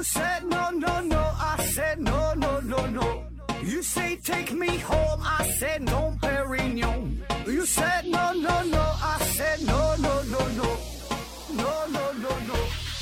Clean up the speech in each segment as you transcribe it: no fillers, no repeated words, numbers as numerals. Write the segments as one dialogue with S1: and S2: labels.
S1: said no, no, no, I said no, no, no, no. You say take me home, I said no, Perignon. You said no, no, no, I said no, no, no, no. No, no, no, no.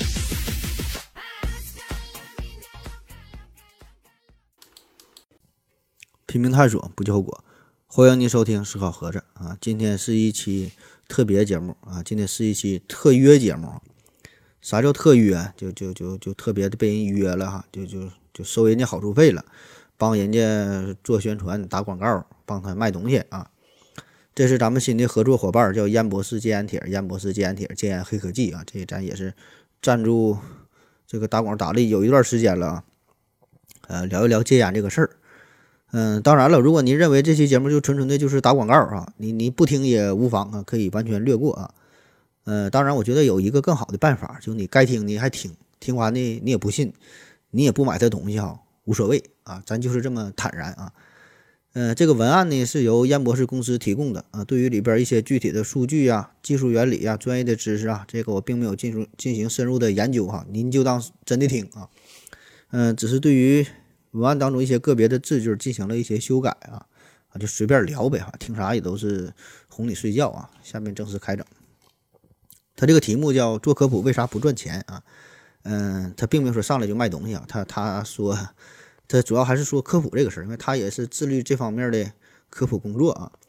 S2: 拼命探索，不计后果。欢迎您收听思考盒子啊！今天是一期特别节目啊，今天是一期特约节目。啥叫特约？就特别的被人约了哈，就收人家好处费了，帮人家做宣传、打广告，帮他卖东西啊。这是咱们新的合作伙伴，叫烟博士戒烟帖，烟博士戒烟帖，戒烟黑科技啊。这咱也是赞助这个打广打了有一段时间了啊。聊一聊戒烟这个事儿。当然了，如果您认为这期节目就纯纯的就是打广告啊，你不听也无妨啊，可以完全略过啊。当然，我觉得有一个更好的办法，就你该听你还听，听完呢你也不信，你也不买他东西哈，无所谓啊，咱就是这么坦然啊。这个文案呢是由烟博士公司提供的啊，对于里边一些具体的数据啊、技术原理啊、专业的知识啊，这个我并没有进行深入的研究哈，您就当真的听啊。只是对于文案当中一些个别的字句进行了一些修改啊，就随便聊呗哈，听啥也都是哄你睡觉啊。下面正式开整。他这个题目叫做科普为啥不赚钱啊？他并没有说上来就卖东西啊，他说他主要还是说科普这个事儿，因为他也是致力这方面的科普工作啊。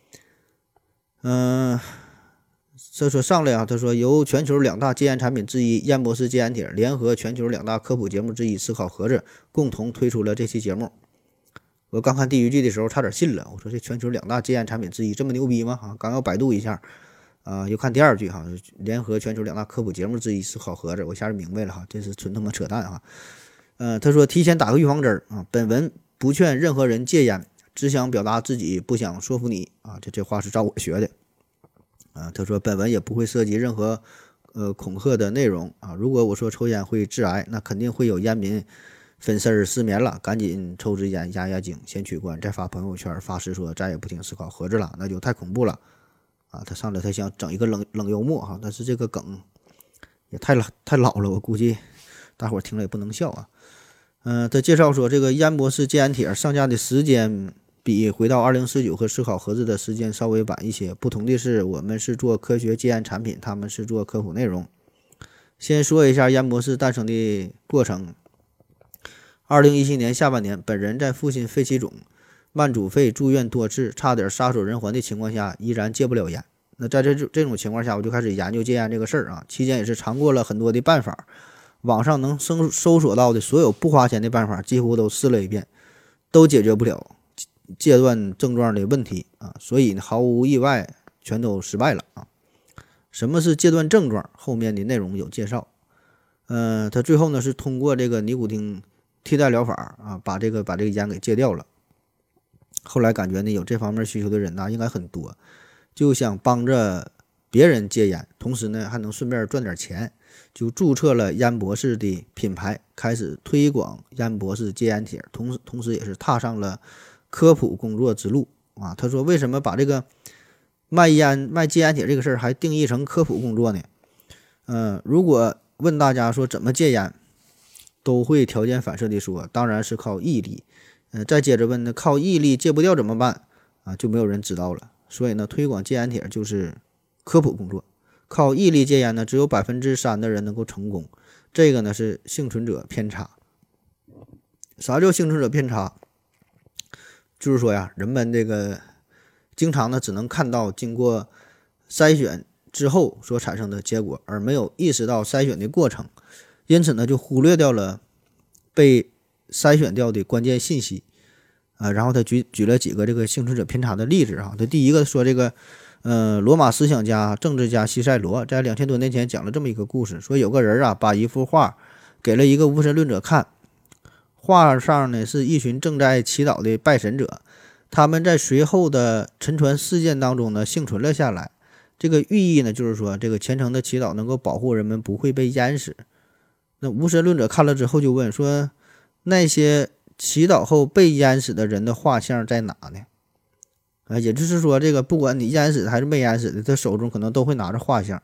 S2: 这说上来啊，他说由全球2大戒烟产品之一烟博士戒烟帖联合全球2大科普节目之一思考盒子共同推出了这期节目。我刚看第一季的时候差点信了，我说这全球2大戒烟产品之一这么牛逼吗？啊，刚要百度一下又看第二句哈，联合全球2大科普节目之一思考盒子，我一下就明白了哈，这是纯他妈扯淡哈。他说提前打个预防针啊，本文不劝任何人戒烟，只想表达自己，不想说服你啊，这话是照我学的。他说本文也不会涉及任何恐吓的内容啊。如果我说抽烟会致癌，那肯定会有烟民粉丝失眠了，赶紧抽支烟压压惊，先取关，再发朋友圈发誓说再也不听思考盒子了，那就太恐怖了啊。他上来他想整一个冷幽默哈，但是这个梗也太老了，我估计大伙听了也不能笑啊。他介绍说这个烟博士戒烟帖上架的时间比回到2019和思考盒子的时间稍微晚一些，不同的是我们是做科学戒烟产品，他们是做科普内容。先说一下烟博士诞生的过程。2017年下半年，本人在父亲肺气肿、慢阻肺住院多次，差点撒手人寰的情况下，依然戒不了烟。那在这种情况下，我就开始研究戒烟这个事儿啊，期间也是尝过了很多的办法，网上能搜索到的所有不花钱的办法几乎都试了一遍，都解决不了戒断症状的问题啊，所以毫无意外全都失败了啊。什么是戒断症状？后面的内容有介绍。他最后呢是通过这个尼古丁替代疗法啊，把这个烟给戒掉了。后来感觉呢有这方面需求的人呢应该很多，就想帮着别人戒烟，同时呢还能顺便赚点钱，就注册了烟博士的品牌，开始推广烟博士戒烟帖，同时也是踏上了科普工作之路啊。他说为什么把这个卖戒烟帖这个事儿还定义成科普工作呢？如果问大家说怎么戒烟，都会条件反射地说当然是靠毅力。再接着问呢，靠毅力戒不掉怎么办啊？就没有人知道了。所以呢，推广戒烟帖就是科普工作。靠毅力戒烟呢，只有3%的人能够成功，这个呢是幸存者偏差。啥叫幸存者偏差？就是说呀，人们这个经常呢只能看到经过筛选之后所产生的结果，而没有意识到筛选的过程，因此呢就忽略掉了被筛选掉的关键信息然后他举了几个这个幸存者偏差的例子啊。他第一个说这个罗马思想家、政治家西塞罗在2000多年前讲了这么一个故事，说有个人啊把一幅画给了一个无神论者看，画上呢是一群正在祈祷的拜神者，他们在随后的沉船事件当中呢幸存了下来。这个寓意呢就是说这个虔诚的祈祷能够保护人们不会被淹死。那无神论者看了之后就问说，那些祈祷后被淹死的人的画像在哪呢？也就是说这个不管你淹死还是没淹死的，他手中可能都会拿着画像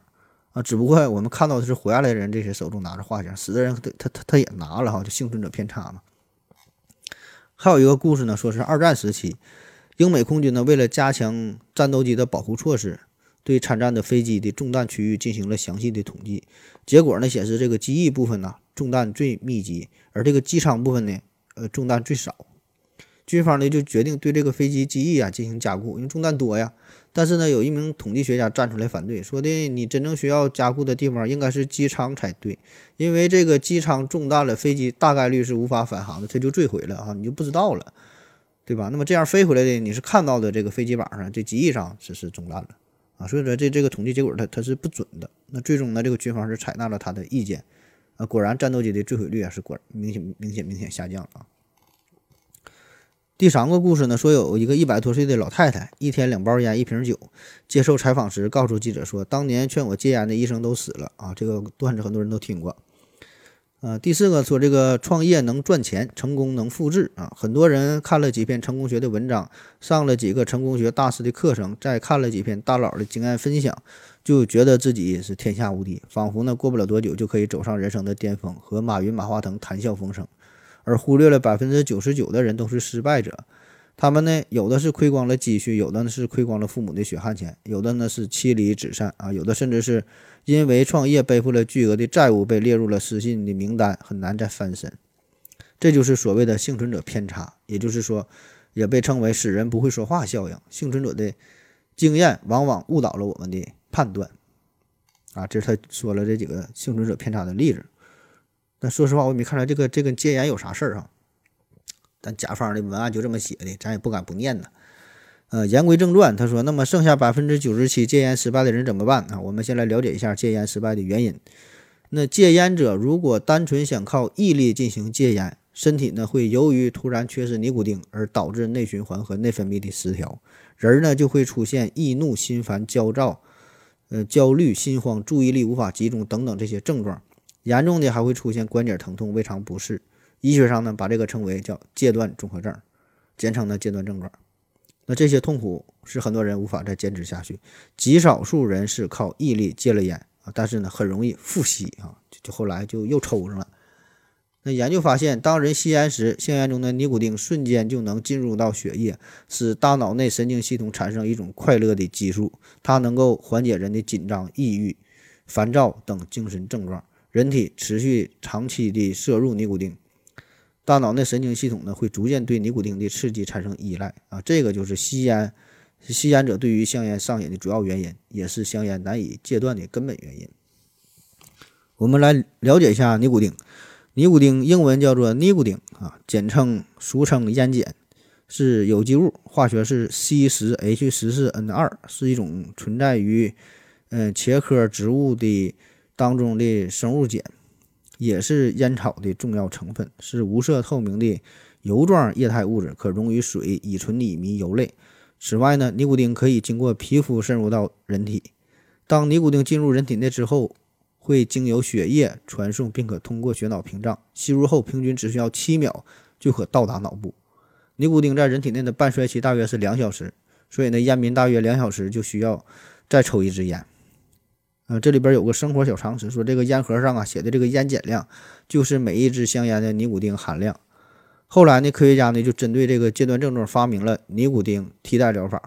S2: 啊，只不过我们看到的是活下来的人这些手中拿着画像，死的人他也拿了哈，就幸存者偏差嘛。还有一个故事呢，说是二战时期，英美空军呢为了加强战斗机的保护措施，对参战的飞机的中弹区域进行了详细的统计，结果呢显示这个机翼部分呢中弹最密集，而这个机舱部分呢中弹最少。军方呢就决定对这个飞机机翼进行加固，因为中弹多呀。但是呢，有一名统计学家站出来反对，说的你真正需要加固的地方应该是机舱才对，因为这个机舱中弹了，飞机大概率是无法返航的，它就坠毁了啊，你就不知道了，对吧？那么这样飞回来的你是看到的这个飞机板上这机翼上是中弹了啊，所以说这个统计结果它是不准的。那最终呢，这个军方是采纳了他的意见啊，果然战斗机的坠毁率是明显下降了啊。第三个故事呢，说有一个100多岁的老太太，一天2包烟1瓶酒，接受采访时告诉记者说，当年劝我戒烟的医生都死了啊，这个段子很多人都听过。第四个说这个创业能赚钱，成功能复制啊，很多人看了几篇成功学的文章，上了几个成功学大师的课程，再看了几篇大佬的经验分享，就觉得自己是天下无敌，仿佛呢过不了多久就可以走上人生的巅峰，和马云马化腾谈笑风生。而忽略了99%的人都是失败者，他们呢有的是亏光了积蓄，有的呢是亏光了父母的血汗钱，有的呢是妻离子散啊，有的甚至是因为创业背负了巨额的债务，被列入了失信的名单，很难再翻身。这就是所谓的幸存者偏差，也就是说也被称为死人不会说话效应。幸存者的经验往往误导了我们的判断啊，这是他说了这几个幸存者偏差的例子。但说实话，我也没看出来这跟戒烟有啥事儿啊。但甲方的文案就这么写的，咱也不敢不念呢。言归正传，他说，那么剩下97%戒烟失败的人怎么办啊？我们先来了解一下戒烟失败的原因。那戒烟者如果单纯想靠毅力进行戒烟，身体呢会由于突然缺失尼古丁而导致内循环和内分泌的失调，人呢就会出现易怒、心烦、焦躁、焦虑、心慌、注意力无法集中等等这些症状。严重的还会出现关节疼痛、胃肠不适，医学上呢把这个称为叫戒断综合症，简称呢戒断症状。那这些痛苦使很多人无法再坚持下去，极少数人是靠毅力戒了烟啊，但是呢很容易复吸啊，就后来就又抽上了。那研究发现，当人吸烟时，香烟中的尼古丁瞬间就能进入到血液，使大脑内神经系统产生一种快乐的激素，它能够缓解人的紧张、抑郁、烦躁等精神症状。人体持续长期的摄入尼古丁，大脑内神经系统呢会逐渐对尼古丁的刺激产生依赖啊，这个就是吸烟者对于香烟上瘾的主要原因，也是香烟难以戒断的根本原因。我们来了解一下尼古丁。尼古丁英文叫做尼古丁啊，俗称烟碱，是有机物，化学是 C10H14N2，是一种存在于茄科植物的当中的生物碱，也是烟草的重要成分，是无色透明的油状液态物质，可溶于水、乙醇锂醚油类。此外呢，尼古丁可以经过皮肤渗入到人体。当尼古丁进入人体内之后，会经由血液传送，并可通过血脑屏障，吸入后平均只需要7秒就可到达脑部。尼古丁在人体内的半衰期大约是2小时，所以呢，烟民大约2小时就需要再抽一支烟。这里边有个生活小常识，说这个烟盒上写的这个烟碱量就是每一支香烟的尼古丁含量。后来呢，科学家呢就针对这个戒断症状发明了尼古丁替代疗法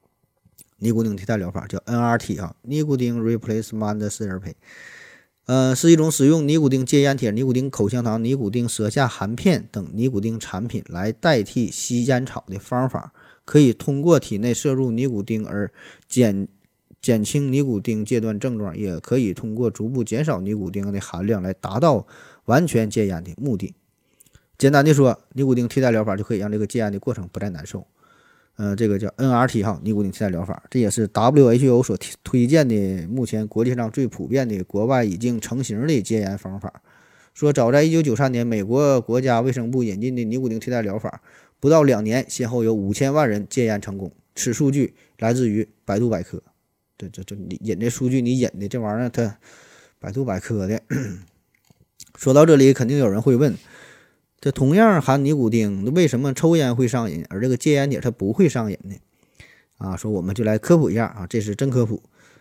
S2: 叫 NRT 啊，尼古丁 Replacement Therapy。是一种使用尼古丁戒烟铁、尼古丁口香糖、尼古丁舌下含片等尼古丁产品来代替吸烟草的方法，可以通过体内摄入尼古丁而减轻尼古丁戒断症状，也可以通过逐步减少尼古丁的含量来达到完全戒烟的目的。简单的说，尼古丁替代疗法就可以让这个戒烟的过程不再难受。这个叫 NRT 哈，尼古丁替代疗法，这也是 WHO 所推荐的目前国际上最普遍的国外已经成型的戒烟方法。说早在1993年，美国国家卫生部引进的尼古丁替代疗法，不到2年，先后有5000万人戒烟成功。此数据来自于百度百科。这你引这数据，你引的这玩意儿，它百度百科的。说到这里，肯定有人会问，这同样含尼古丁，为什么抽烟会上瘾，而这个戒烟铁它不会上瘾呢？说我们就来科普一下啊，这是真科普。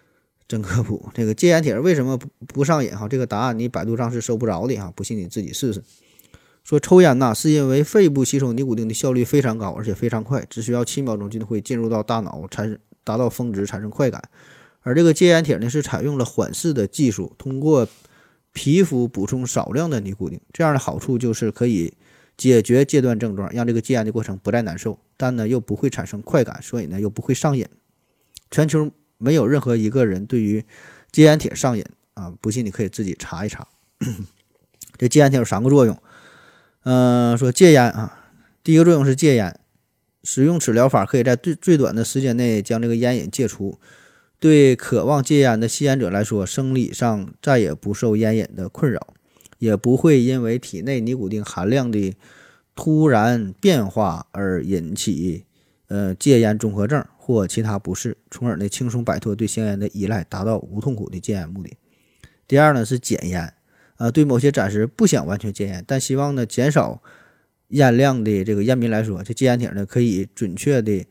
S2: 真科普。这个戒烟帖为什么不上瘾哈？这个答案你百度上是搜不着的哈，不信你自己试试。说抽烟呐，是因为肺部吸收尼古丁的效率非常高，而且非常快，只需要7秒钟就会进入到大脑，达到峰值，产生快感。而这个戒烟帖呢，是采用了缓释的技术，通过皮肤补充少量的尼古丁，这样的好处就是可以解决戒断症状，让这个戒烟的过程不再难受，但呢又不会产生快感，所以呢又不会上瘾。全球没有任何一个人对于戒烟帖上瘾啊，不信你可以自己查一查。这戒烟帖有3个作用，说戒烟啊，第一个作用是戒烟，使用此疗法可以在最短的时间内将这个烟瘾戒除。对渴望戒烟的吸烟者来说，生理上再也不受烟瘾的困扰，也不会因为体内尼古丁含量的突然变化而引起戒烟综合症或其他不适，从而呢轻松摆脱对香烟的依赖，达到无痛苦的戒烟目的。第二呢是减烟，对某些暂时不想完全戒烟，但希望呢减少烟量的这个烟民来说，这戒烟帖呢可以准确的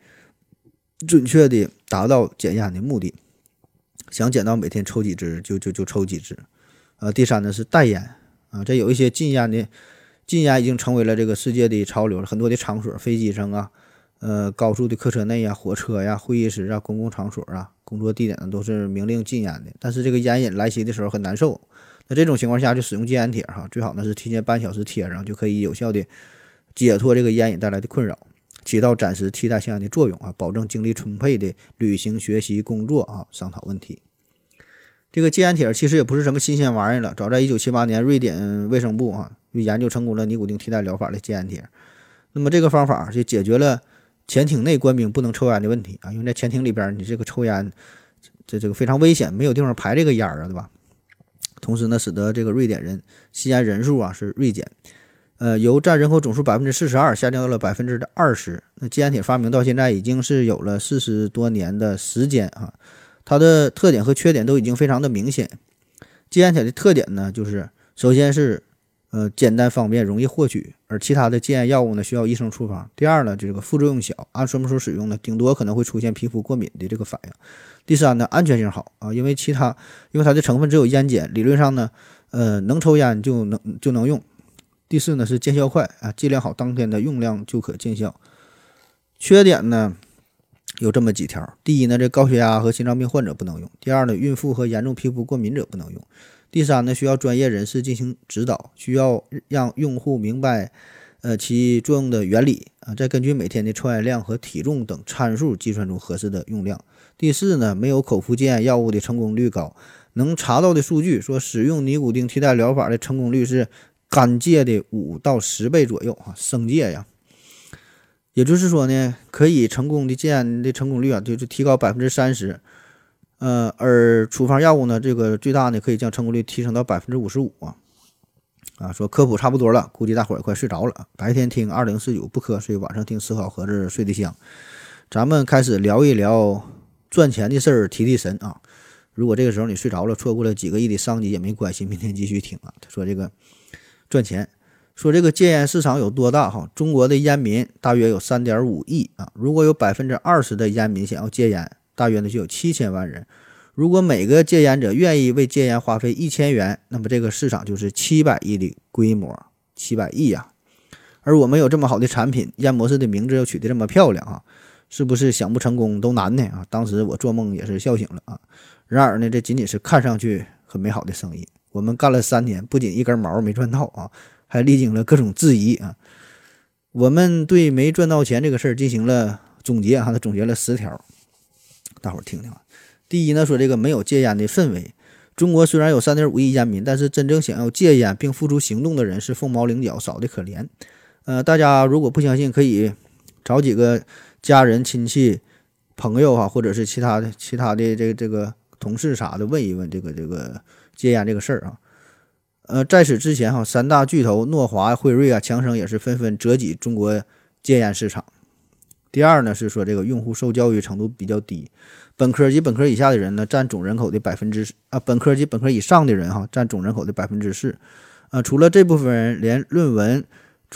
S2: 达到减烟的目的，想减到每天抽几支就抽几支。第三呢是代烟啊，这有一些禁烟已经成为了这个世界的潮流了，很多的场所，飞机上啊，高速的客车内啊，火车呀、会议室啊、公共场所啊、工作地点呢都是明令禁烟的。但是这个烟瘾来袭的时候很难受，那这种情况下就使用戒烟帖哈，最好呢是提前半小时贴上，就可以有效的解脱这个烟瘾带来的困扰，起到暂时替代香烟的作用啊，保证精力充沛的旅行、学习、工作啊，商讨问题。这个戒烟帖其实也不是什么新鲜玩意儿了，早在1978年，瑞典卫生部就研究成功了尼古丁替代疗法的戒烟帖。那么这个方法就解决了潜艇内官兵不能抽烟的问题啊，因为在潜艇里边你这个抽烟这个非常危险，没有地方排这个烟啊，对吧？同时呢，使得这个瑞典人吸烟人数是锐减。由占人口总数42%下降到了20%。那戒烟帖发明到现在已经是有了40多年的时间啊，它的特点和缺点都已经非常的明显。戒烟帖的特点呢，就是首先是简单方便容易获取，而其他的戒烟药物呢需要医生处方。第二呢，这个副作用小，按说明书使用呢，顶多可能会出现皮肤过敏的这个反应。第三呢，安全性好啊，因为它的成分只有烟碱，理论上呢，能抽烟就能用。第四呢是见效快啊，剂量好，当天的用量就可见效。缺点呢有这么几条：第一呢，这高血压和心脏病患者不能用；第二呢，孕妇和严重皮肤过敏者不能用；第三呢，需要专业人士进行指导，需要让用户明白其作用的原理啊，再根据每天的抽烟量和体重等参数计算出合适的用量。第四呢，没有口服戒烟药物的成功率高，能查到的数据说使用尼古丁替代疗法的成功率是干戒的5到10倍左右啊，生戒呀。也就是说呢，可以成功的戒烟的成功率就是提高30%，而处方药物呢，这个最大呢可以将成功率提升到55%啊。说科普差不多了，估计大伙儿也快睡着了。白天听2049不瞌睡，晚上听思考盒子睡得香。咱们开始聊一聊赚钱的事儿，提神啊。如果这个时候你睡着了，错过了几个亿的商机也没关系，明天继续听啊。他说这个赚钱。说这个戒烟市场有多大哈？中国的烟民大约有3.5亿啊。如果有20%的烟民想要戒烟，大约呢就有7000万人。如果每个戒烟者愿意为戒烟花费1000元，那么这个市场就是700亿的规模，700亿呀。而我们有这么好的产品，烟模式的名字又取得这么漂亮啊，是不是想不成功都难呢啊？当时我做梦也是笑醒了啊。然而呢，这仅仅是看上去很美好的生意。我们干了3年，不仅一根毛没赚到啊，还历经了各种质疑啊。我们对没赚到钱这个事儿进行了总结啊，他总结了10条，大伙儿听听啊。第一呢，说这个没有戒烟的氛围。中国虽然有3.5亿烟民，但是真正想要戒烟并付诸行动的人是凤毛麟角，少得可怜。大家如果不相信，可以找几个家人、亲戚、朋友啊，或者是其他的这个同事啥的，问一问这个戒烟这个事儿啊。在此之前3大巨头诺华、辉瑞啊、强生也是纷纷折击中国戒烟市场。第二呢，是说这个用户受教育程度比较低，本科及本科以下的人呢占总人口的本科及本科以上的人占总人口的4%。除了这部分人连论文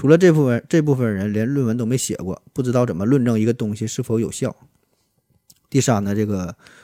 S2: 都没写过，不知道怎么论证一个东西是否有效。第三呢，这个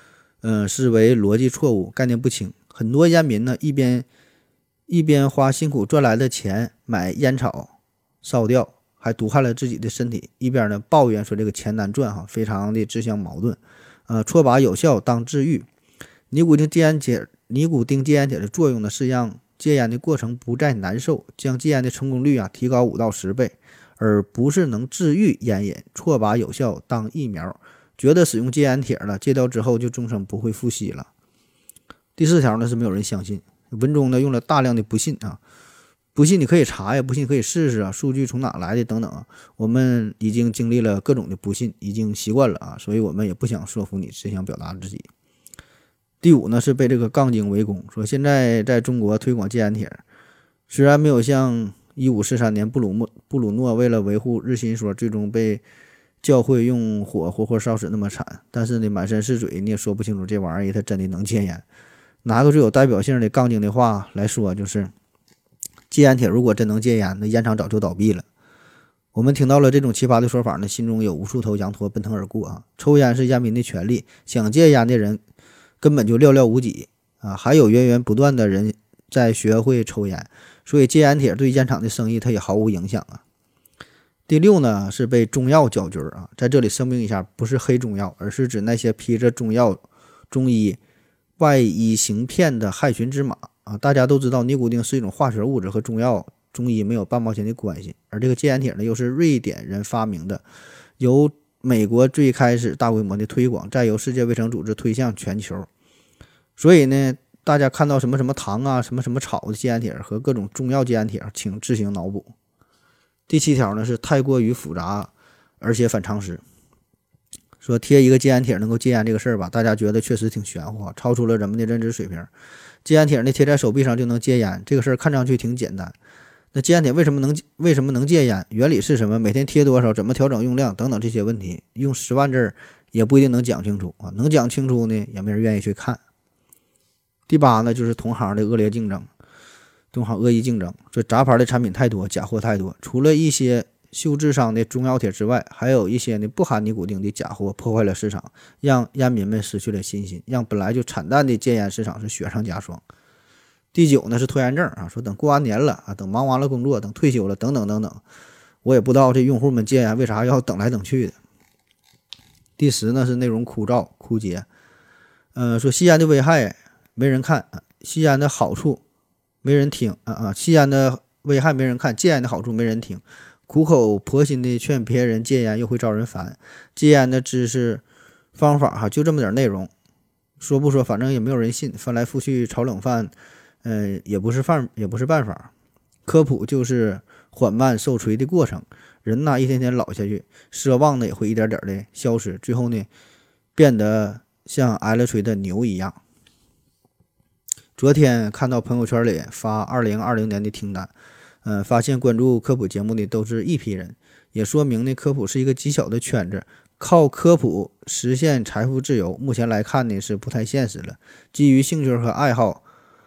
S2: 视为逻辑错误，概念不清。很多烟民呢，一边花辛苦赚来的钱买烟草烧掉，还毒害了自己的身体，一边呢抱怨说这个钱难赚哈，非常的自相矛盾。错把有效当治愈。尼古丁戒烟铁的作用呢是让戒烟的过程不再难受，将戒烟的成功率提高5到10倍，而不是能治愈烟瘾。错把有效当疫苗，觉得使用戒烟铁了，戒掉之后就终生不会复吸了。第4条呢是没有人相信，文中呢用了大量的不信不信你可以查呀，不信可以试试数据从哪来的等等我们已经经历了各种的不信，已经习惯了所以我们也不想说服你，只想表达自己。第5呢是被这个杠精围攻，说现在在中国推广戒烟铁，虽然没有像1543年布鲁诺为了维护日心说最终被教会用火活活烧死那么惨，但是呢满身是嘴，你也说不清楚这玩意儿它真的能戒烟。拿个最有代表性的杠精的话来说，就是戒烟铁如果真能戒烟，那烟厂早就倒闭了。我们听到了这种奇葩的说法呢，心中有无数头羊驼奔腾而过抽烟是烟民的权利，想戒烟的人根本就寥寥无几还有源源不断的人在学会抽烟，所以戒烟铁对烟厂的生意它也毫无影响第6呢是被中药搅局在这里声明一下，不是黑中药，而是指那些披着中医外衣行骗的害群之马大家都知道尼古丁是一种化学物质，和中医没有半毛钱的关系，而这个戒烟铁呢又是瑞典人发明的，由美国最开始大规模的推广，再由世界卫生组织推向全球。所以呢大家看到什么什么糖什么什么草的戒烟铁和各种中药戒烟铁请自行脑补。第7条呢是太过于复杂而且反常识，说贴一个戒烟帖能够戒烟这个事儿吧，大家觉得确实挺玄乎超出了人们的认知水平。戒烟帖呢贴在手臂上就能戒烟，这个事儿看上去挺简单。那戒烟帖为什么能戒烟？原理是什么？每天贴多少？怎么调整用量？等等这些问题，用10万字也不一定能讲清楚能讲清楚呢，也没人愿意去看。第8呢就是同行的恶意竞争，这杂牌的产品太多，假货太多，除了一些秀智商的中药铁之外，还有一些呢不含尼古丁的假货，破坏了市场，让烟民们失去了信心，让本来就惨淡的戒烟市场是雪上加霜。第9呢是拖延症说等过完年了等忙完了工作，等退休了等等等等，我也不知道这用户们戒烟为啥要等来等去的。第10呢是内容枯燥枯竭，说吸烟的危害没人看吸烟的好处没人听吸烟的危害没人看，戒烟的好处没人听，苦口婆心的劝别人戒烟又会招人烦，戒烟的知识方法就这么点内容，说不说反正也没有人信，翻来覆去炒冷饭也不是办法。科普就是缓慢受锤的过程，人一天天老下去，奢望呢也会一点点的消失，最后呢变得像挨了锤的牛一样。昨天看到朋友圈里发2020年的听单发现关注科普节目的都是一批人，也说明呢科普是一个极小的圈子，靠科普实现财富自由目前来看呢是不太现实了。基于兴趣和爱好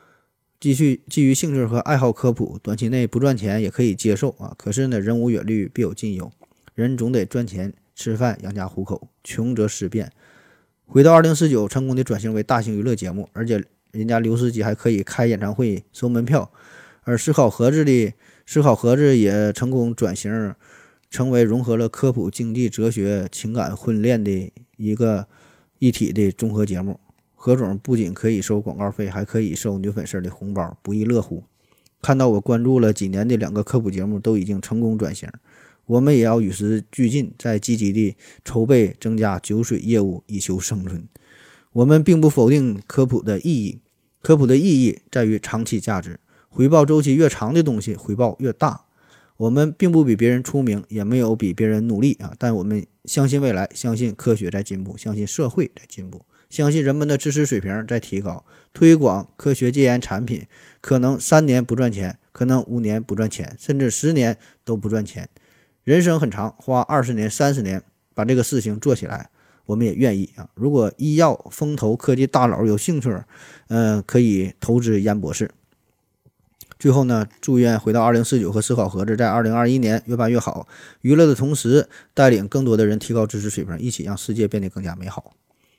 S2: 科普，短期内不赚钱也可以接受可是呢人无远虑必有近忧，人总得赚钱吃饭养家糊口，穷则思变。回到2049成功的转型为大型娱乐节目，而且人家刘司机还可以开演唱会收门票，而思考盒子也成功转型成为融合了科普、经济、哲学、情感混炼的一体的综合节目。何总不仅可以收广告费，还可以收女粉丝的红包，不亦乐乎。看到我关注了几年的2个科普节目都已经成功转型，我们也要与时俱进，在积极地筹备增加酒水业务以求生存。我们并不否定科普的意义，科普的意义在于长期价值，回报周期越长的东西回报越大。我们并不比别人出名，也没有比别人努力但我们相信未来，相信科学在进步，相信社会在进步，相信人们的知识水平在提高。推广科学戒烟产品可能3年不赚钱，可能5年不赚钱，甚至10年都不赚钱。人生很长，花20年30年把这个事情做起来，我们也愿意如果医药风投科技大佬有兴趣可以投资烟博士。最后呢，祝愿回到2049和思考盒子在2021年越办越好，娱乐的同时带领更多的人提高知识水平，一起让世界变得更加美好。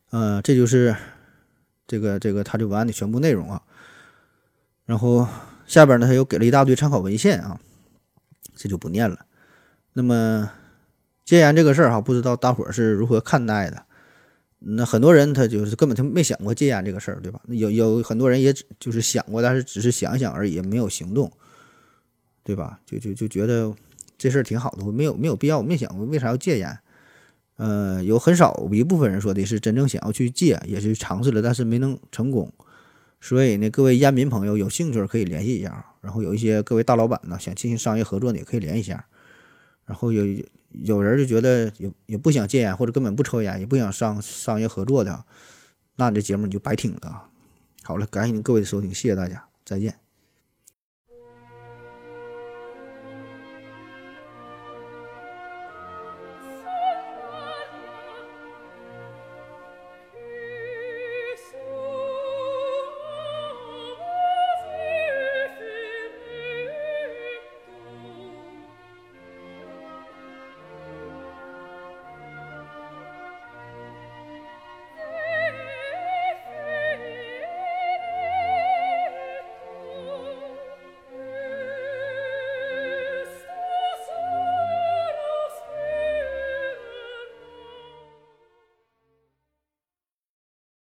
S2: 这就是这个他的文案的全部内容啊。然后下边呢，他又给了一大堆参考文献啊，这就不念了。那么戒烟这个事儿哈，不知道大伙儿是如何看待的？那很多人他就是根本就没想过戒烟这个事儿，对吧？有很多人也就是想过，但是只是想想而已，没有行动，对吧？就觉得这事儿挺好的，我没有必要，我没想过为啥要戒烟。有很少一部分人说的是真正想要去戒，也是尝试了，但是没能成功。所以呢，各位烟民朋友有兴趣可以联系一下，然后有一些各位大老板呢想进行商业合作的也可以联系一下。然后有人就觉得也不想戒烟，或者根本不抽烟，也不想上商业合作的，那你这节目你就白听了啊。好了，感谢您各位的收听，谢谢大家，再见。